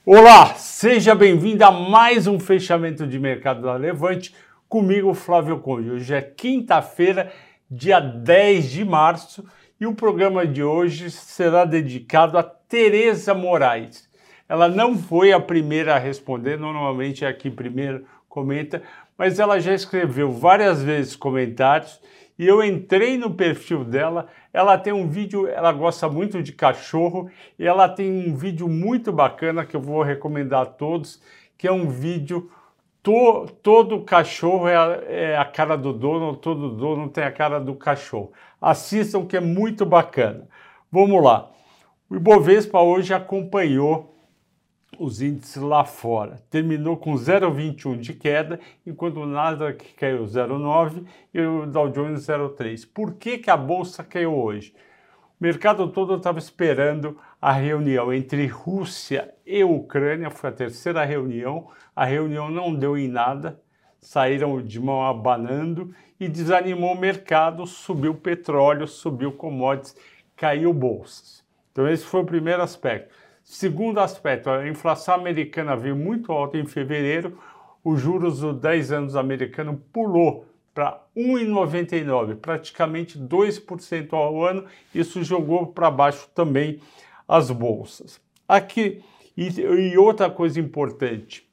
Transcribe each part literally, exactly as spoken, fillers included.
Olá, seja bem-vindo a mais um fechamento de mercado da Levante, comigo Flávio Conde. Hoje é quinta-feira, dia dez de março, e o programa de hoje será dedicado a Tereza Moraes. Ela não foi a primeira a responder, normalmente é a que primeiro comenta, mas ela já escreveu várias vezes comentários e eu entrei no perfil dela. Ela tem um vídeo, ela gosta muito de cachorro e ela tem um vídeo muito bacana que eu vou recomendar a todos, que é um vídeo to, todo cachorro é a, é a cara do dono, todo dono tem a cara do cachorro. Assistam que é muito bacana. Vamos lá. O Ibovespa hoje acompanhou os índices lá fora. Terminou com zero vírgula vinte e um de queda, enquanto o Nasdaq caiu zero vírgula nove e o Dow Jones zero vírgula três. Por que que a bolsa caiu hoje? O mercado todo estava esperando a reunião entre Rússia e Ucrânia, foi a terceira reunião, a reunião não deu em nada, saíram de mão abanando e desanimou o mercado, subiu o petróleo, subiu commodities, caiu bolsas. Então esse foi o primeiro aspecto. Segundo aspecto, a inflação americana veio muito alta em fevereiro, os juros dos dez anos americano pulou para um vírgula noventa e nove, praticamente dois por cento ao ano, isso jogou para baixo também as bolsas. Aqui, e, e outra coisa importante,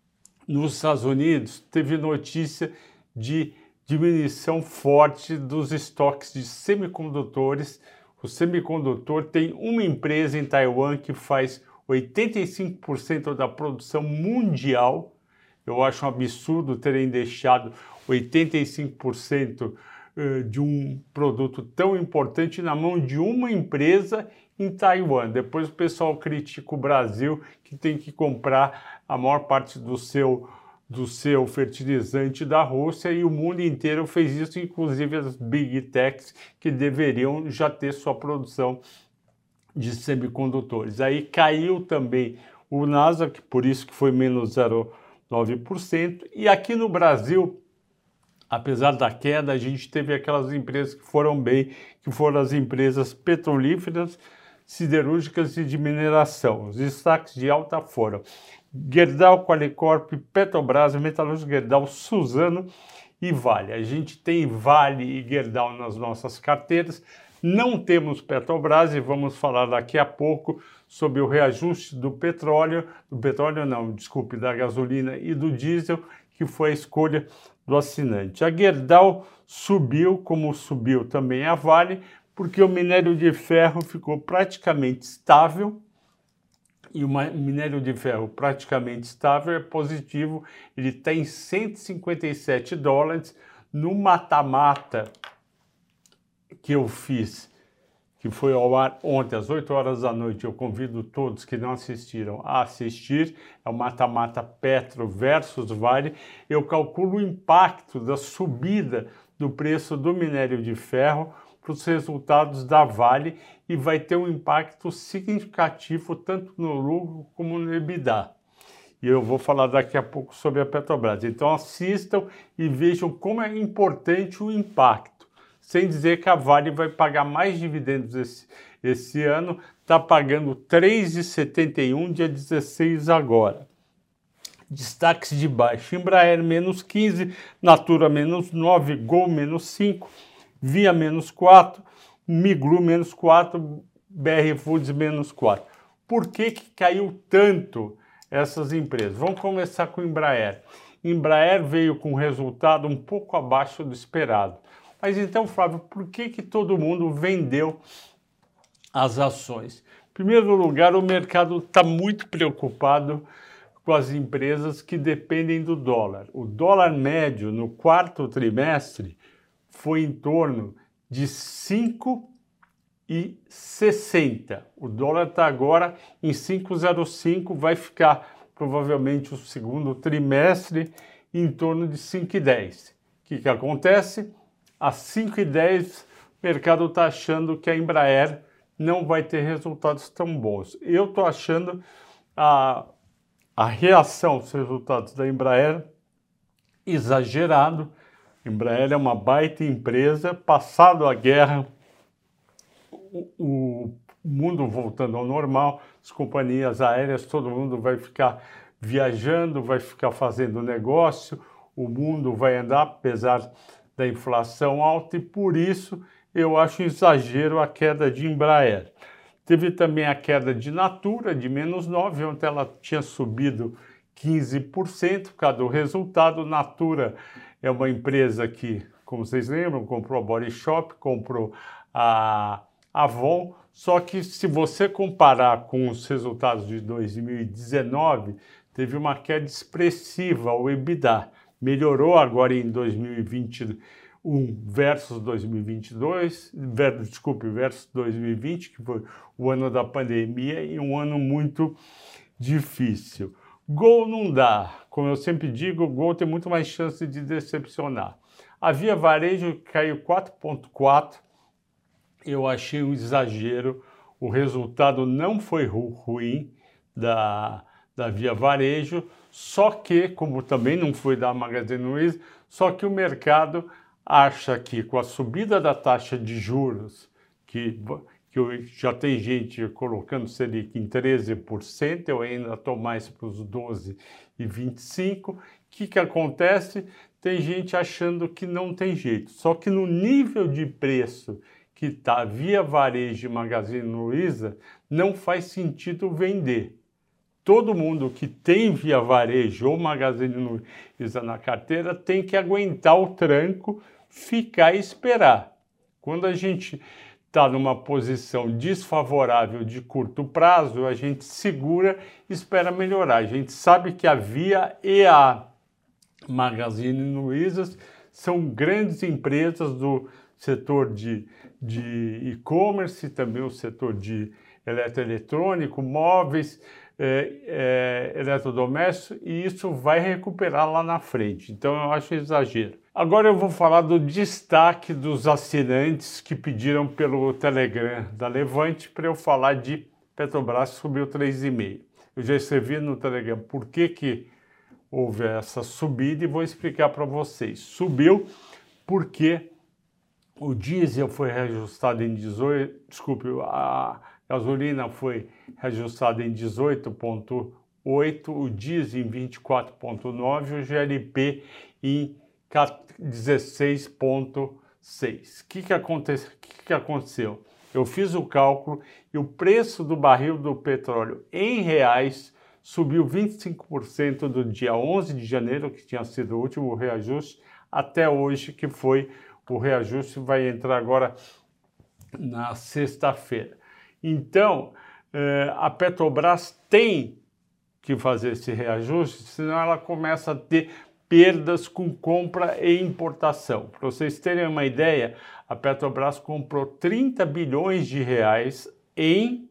nos Estados Unidos teve notícia de diminuição forte dos estoques de semicondutores. O semicondutor tem uma empresa em Taiwan que faz oitenta e cinco por cento da produção mundial. Eu acho um absurdo terem deixado oitenta e cinco por cento de um produto tão importante na mão de uma empresa em Taiwan. Depois o pessoal critica o Brasil, que tem que comprar a maior parte do seu do seu fertilizante da Rússia, e o mundo inteiro fez isso, inclusive as Big Techs, que deveriam já ter sua produção de semicondutores. Aí caiu também o Nasdaq, por isso que foi menos zero vírgula nove por cento, e aqui no Brasil, apesar da queda, a gente teve aquelas empresas que foram bem, que foram as empresas petrolíferas, siderúrgicas e de mineração. Os destaques de alta foram Gerdau, Qualicorp, Petrobras, Metalúrgica Gerdau, Suzano e Vale. A gente tem Vale e Gerdau nas nossas carteiras, não temos Petrobras e vamos falar daqui a pouco sobre o reajuste do petróleo, do petróleo não, desculpe, da gasolina e do diesel, que foi a escolha do assinante. A Gerdau subiu, como subiu também a Vale, porque o minério de ferro ficou praticamente estável, e o minério de ferro praticamente estável é positivo, ele está em cento e cinquenta e sete dólares. No mata-mata que eu fiz, que foi ao ar ontem às oito horas da noite, eu convido todos que não assistiram a assistir, é o mata-mata Petro versus Vale, eu calculo o impacto da subida do preço do minério de ferro para os resultados da Vale, e vai ter um impacto significativo tanto no lucro como no EBITDA. E eu vou falar daqui a pouco sobre a Petrobras. Então assistam e vejam como é importante o impacto. Sem dizer que a Vale vai pagar mais dividendos esse, esse ano, está pagando três reais e setenta e um, dia dezesseis agora. Destaques de baixo: Embraer menos quinze, Natura menos nove, Gol menos cinco, Via menos quatro, Miglu menos quatro, B R Foods menos quatro. Por que que caiu tanto essas empresas? Vamos começar com Embraer. Embraer veio com resultado um pouco abaixo do esperado. Mas então, Flávio, por que que todo mundo vendeu as ações? Em primeiro lugar, o mercado está muito preocupado com as empresas que dependem do dólar. O dólar médio no quarto trimestre foi em torno de cinco e sessenta. O dólar está agora em cinco vírgula zero cinco, vai ficar provavelmente o segundo trimestre em torno de cinco e dez. O que que acontece? Às cinco e dez, o mercado está achando que a Embraer não vai ter resultados tão bons. Eu estou achando a, a reação aos resultados da Embraer exagerado. Embraer é uma baita empresa, passado a guerra, o, o, mundo voltando ao normal, as companhias aéreas, todo mundo vai ficar viajando, vai ficar fazendo negócio, o mundo vai andar apesar da inflação alta e por isso eu acho exagero a queda de Embraer. Teve também a queda de Natura, de menos nove, ontem ela tinha subido quinze por cento por causa do resultado. Natura é uma empresa que, como vocês lembram, comprou a Body Shop, comprou a Avon, só que se você comparar com os resultados de dois mil e dezenove, teve uma queda expressiva, o EBITDA melhorou agora em dois mil e vinte e um versus dois mil e vinte e dois, ver, desculpe, versus dois mil e vinte, que foi o ano da pandemia e um ano muito difícil. Gol não dá, como eu sempre digo, o Gol tem muito mais chance de decepcionar. A Via Varejo caiu quatro vírgula quatro, eu achei um exagero, o resultado não foi ru ruim da, da Via Varejo, só que, como também não foi da Magazine Luiza, só que o mercado acha que com a subida da taxa de juros, que, que já tem gente colocando Selic em treze por cento, eu ainda estou mais para os doze e vinte e cinco por cento, o que, que acontece? Tem gente achando que não tem jeito, só que no nível de preço que está Via Varejo e Magazine Luiza, não faz sentido vender. Todo mundo que tem Via Varejo ou Magazine Luiza na carteira tem que aguentar o tranco, ficar e esperar. Quando a gente está numa posição desfavorável de curto prazo, a gente segura e espera melhorar. A gente sabe que a Via e a Magazine Luiza são grandes empresas do setor de, de e-commerce, também o setor de eletroeletrônico, móveis, é, é, eletrodomésticos, e isso vai recuperar lá na frente. Então eu acho exagero. Agora eu vou falar do destaque dos assinantes que pediram pelo Telegram da Levante para eu falar de Petrobras, subiu três vírgula cinco por cento. Eu já escrevi no Telegram por que, que houve essa subida e vou explicar para vocês. Subiu porque o diesel foi reajustado em dezoito, desculpe, a gasolina foi reajustada em dezoito vírgula oito, o diesel em vinte e quatro vírgula nove, o G L P em dezesseis vírgula seis. O que que, aconte... que que aconteceu? Eu fiz o cálculo e o preço do barril do petróleo em reais subiu vinte e cinco por cento do dia onze de janeiro, que tinha sido o último reajuste, até hoje, que foi o reajuste, vai entrar agora na sexta-feira. Então, eh, a Petrobras tem que fazer esse reajuste, senão ela começa a ter perdas com compra e importação. Para vocês terem uma ideia, a Petrobras comprou trinta bilhões de reais em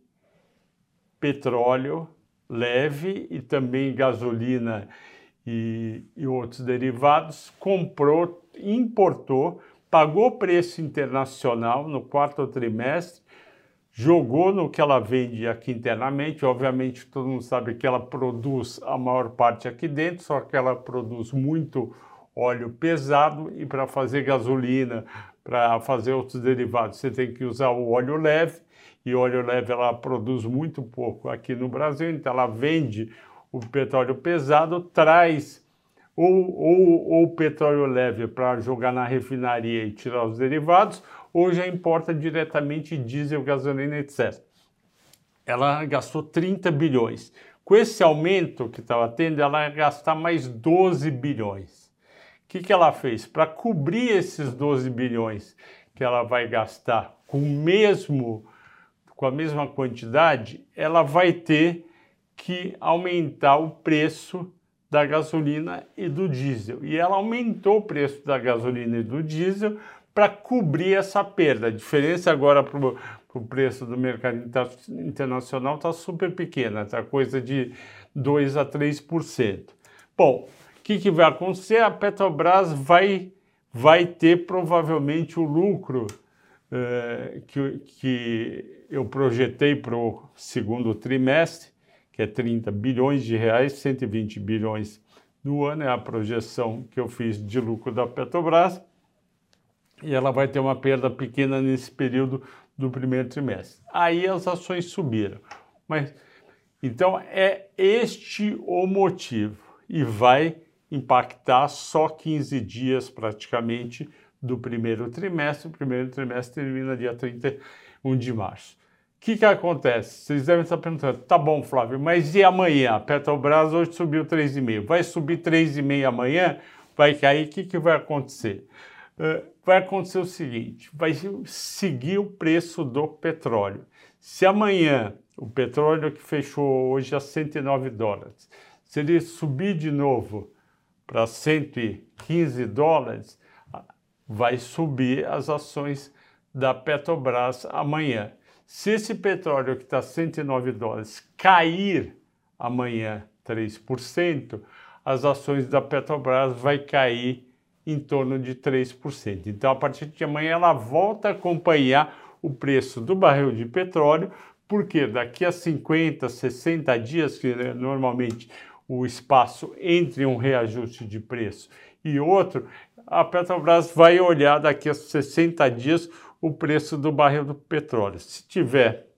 petróleo leve e também gasolina e, e outros derivados, comprou, importou, pagou preço internacional no quarto trimestre, jogou no que ela vende aqui internamente. Obviamente todo mundo sabe que ela produz a maior parte aqui dentro, só que ela produz muito óleo pesado e para fazer gasolina, para fazer outros derivados, você tem que usar o óleo leve, e o óleo leve ela produz muito pouco aqui no Brasil, então ela vende o petróleo pesado, traz ou, ou, ou o petróleo leve para jogar na refinaria e tirar os derivados, ou já importa diretamente diesel, gasolina, etcétera. Ela gastou trinta bilhões. Com esse aumento que estava tendo, ela ia gastar mais doze bilhões. O que, que ela fez? Para cobrir esses doze bilhões que ela vai gastar com, o mesmo, com a mesma quantidade, ela vai ter que aumentar o preço da gasolina e do diesel. E ela aumentou o preço da gasolina e do diesel para cobrir essa perda. A diferença agora para o preço do mercado inter, internacional está super pequena, está coisa de dois a três por cento. Bom, o que, que vai acontecer? A Petrobras vai, vai ter provavelmente o lucro eh, que, que eu projetei para o segundo trimestre, que é trinta bilhões de reais, cento e vinte bilhões no ano, é a projeção que eu fiz de lucro da Petrobras, e ela vai ter uma perda pequena nesse período do primeiro trimestre. Aí as ações subiram. Mas, então é este o motivo e vai impactar só quinze dias praticamente do primeiro trimestre. O primeiro trimestre termina dia trinta e um de março. O que que acontece? Vocês devem estar perguntando, tá bom, Flávio, mas e amanhã? A Petrobras hoje subiu três vírgula cinco. Vai subir três vírgula cinco amanhã? Vai cair? O que que vai acontecer? Uh, vai acontecer o seguinte, vai seguir o preço do petróleo. Se amanhã o petróleo que fechou hoje a cento e nove dólares, se ele subir de novo para cento e quinze dólares, vai subir as ações da Petrobras amanhã. Se esse petróleo que está cento e nove dólares cair amanhã três por cento, as ações da Petrobras vai cair em torno de três por cento. Então, a partir de amanhã, ela volta a acompanhar o preço do barril de petróleo, porque daqui a cinquenta, sessenta dias, que é normalmente o espaço entre um reajuste de preço e outro, a Petrobras vai olhar daqui a sessenta dias o preço do barril do petróleo. Se tiver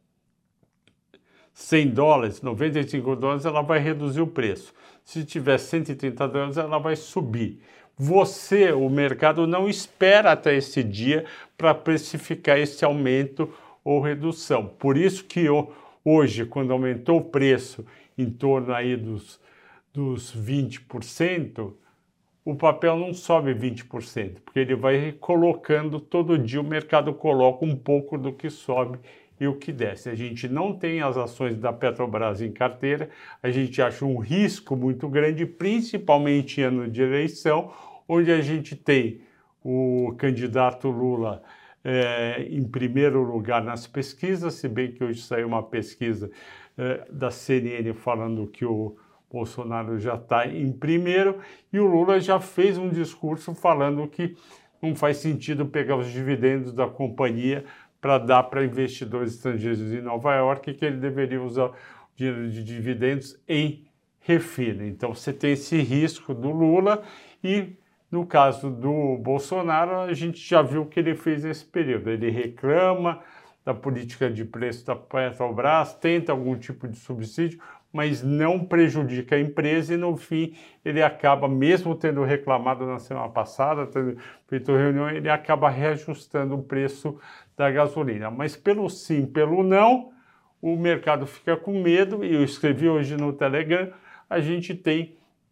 cem dólares, noventa e cinco dólares, ela vai reduzir o preço. Se tiver cento e trinta dólares, ela vai subir. Você, o mercado, não espera até esse dia para precificar esse aumento ou redução. Por isso que hoje, quando aumentou o preço em torno aí dos, dos vinte por cento, o papel não sobe vinte por cento, porque ele vai colocando, todo dia o mercado coloca um pouco do que sobe e o que desce. A gente não tem as ações da Petrobras em carteira, a gente acha um risco muito grande, principalmente em ano de eleição, onde a gente tem o candidato Lula é, em primeiro lugar nas pesquisas, se bem que hoje saiu uma pesquisa é, da C N N falando que o Bolsonaro já está em primeiro e o Lula já fez um discurso falando que não faz sentido pegar os dividendos da companhia para dar para investidores estrangeiros em Nova York, que ele deveria usar o dinheiro de dividendos em refino. Então você tem esse risco do Lula e no caso do Bolsonaro a gente já viu o que ele fez nesse período. Ele reclama da política de preço da Petrobras, tenta algum tipo de subsídio, mas não prejudica a empresa e, no fim, ele acaba, mesmo tendo reclamado na semana passada, tendo feito reunião, ele acaba reajustando o preço da gasolina. Mas pelo sim, pelo não, o mercado fica com medo, e eu escrevi hoje no Telegram, a gente tem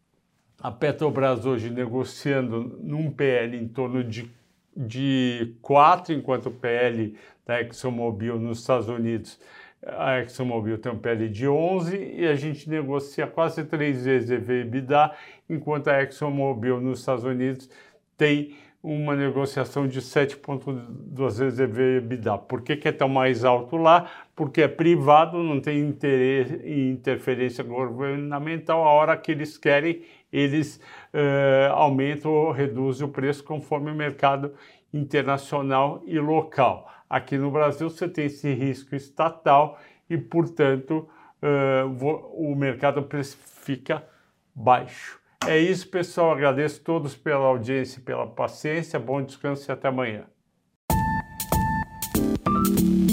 a Petrobras hoje negociando num P L em torno de, de quatro, enquanto o P L da ExxonMobil nos Estados Unidos, a ExxonMobil tem um P L de onze e a gente negocia quase três vezes E V EBITDA, enquanto a ExxonMobil nos Estados Unidos tem uma negociação de sete vírgula duas vezes E V EBITDA. Por que que é tão mais alto lá? Porque é privado, não tem interesse em interferência governamental. A hora que eles querem, eles uh, aumentam ou reduzem o preço conforme o mercado internacional e local. Aqui no Brasil você tem esse risco estatal e, portanto, uh, o mercado fica baixo. É isso, pessoal. Agradeço a todos pela audiência e pela paciência. Bom descanso e até amanhã.